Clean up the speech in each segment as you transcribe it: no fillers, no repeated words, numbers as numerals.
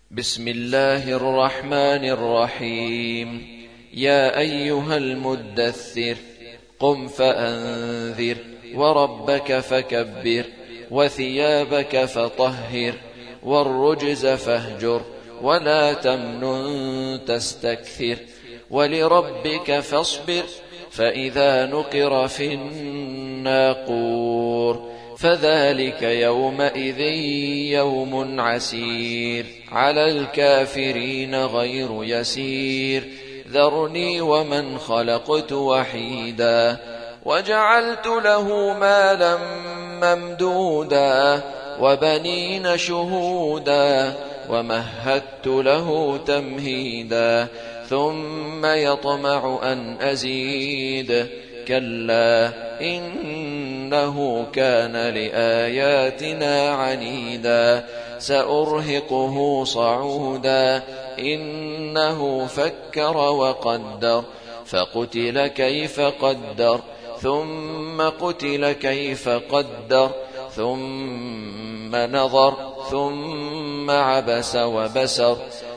بسم الله الرحمن الرحيم. يا أيها المدثر قم فأنذر وربك فكبر وثيابك فطهر والرجز فاهجر ولا تمنن تستكثر ولربك فاصبر فإذا نقر في الناقور فذلك يومئذ يوم عسير على الكافرين غير يسير ذرني ومن خلقت وحيدا وجعلت له مالا ممدودا وبنين شهودا ومهدت له تمهيدا ثم يطمع أن أزيد كلا إنه كان لآياتنا عنيدا سأرهقه صعودا إنه فكر وقدر فقتل كيف قدر ثم قتل كيف قدر ثم نظر ثم عبس وبسر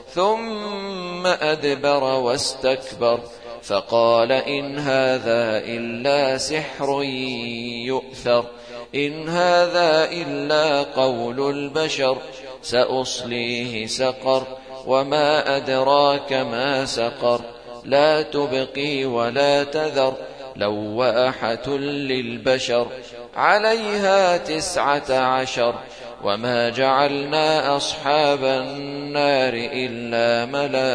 ثم أدبر واستكبر فقال إن هذا إلا سحر يؤثر إن هذا إلا قول البشر سأصليه سقر وما أدراك ما سقر لا تبقي ولا تذر لواحة للبشر عليها 19 وما جعلنا أصحاب النار إلا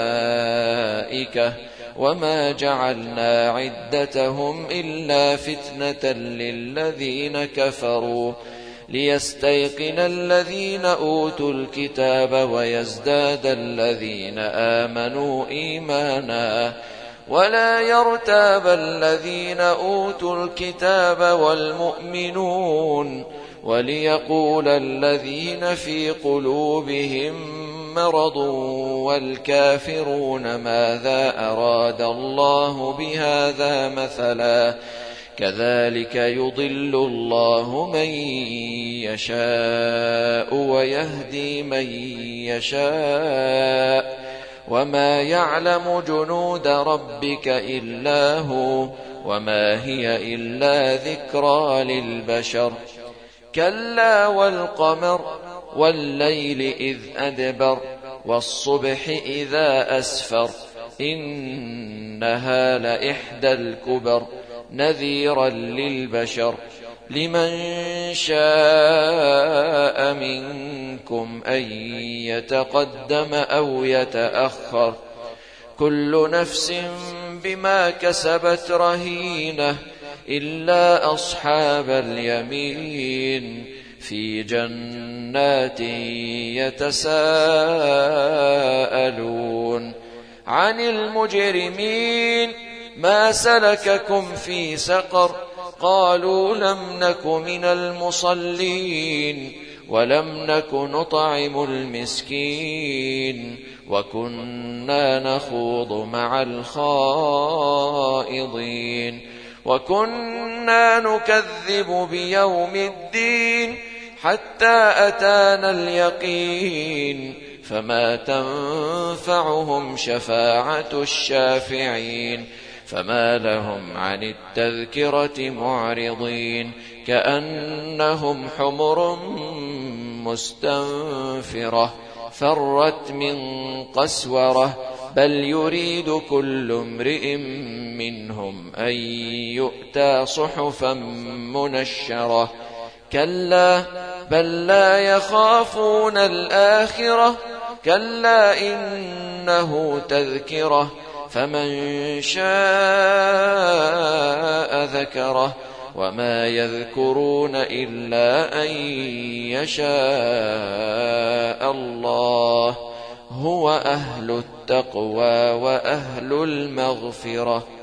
ملائكة وما جعلنا عدتهم إلا فتنة للذين كفروا ليستيقن الذين أوتوا الكتاب ويزداد الذين آمنوا إيمانا ولا يرتاب الذين أوتوا الكتاب والمؤمنون وليقول الذين في قلوبهم مرض والكافرون ماذا أراد الله بهذا مثلا كذلك يضل الله من يشاء ويهدي من يشاء وما يعلم جنود ربك إلا هو وما هي إلا ذكرى للبشر كلا والقمر والليل إذ أدبر والصبح إذا أسفر إنها لإحدى الكبر نذيرا للبشر لمن شاء منكم أن يتقدم أو يتأخر كل نفس بما كسبت رهينة إلا أصحاب اليمين في جنات يتساءلون عن المجرمين ما سلككم في سقر قالوا لم نك من المصلين ولم نك نطعم المسكين وكنا نخوض مع الخائضين وكنا نكذب بيوم الدين حتى أتانا اليقين فما تنفعهم شفاعة الشافعين فما لهم عن التذكرة معرضين كأنهم حمر مستنفرة فرت من قسورة بل يريد كل امرئ منهم أن يؤتى صحفا منشرة كلا بل لا يخافون الآخرة كلا إنه تذكرة فمن شاء ذكره وما يذكرون إلا أن يشاء الله هو أهل التقوى وأهل المغفرة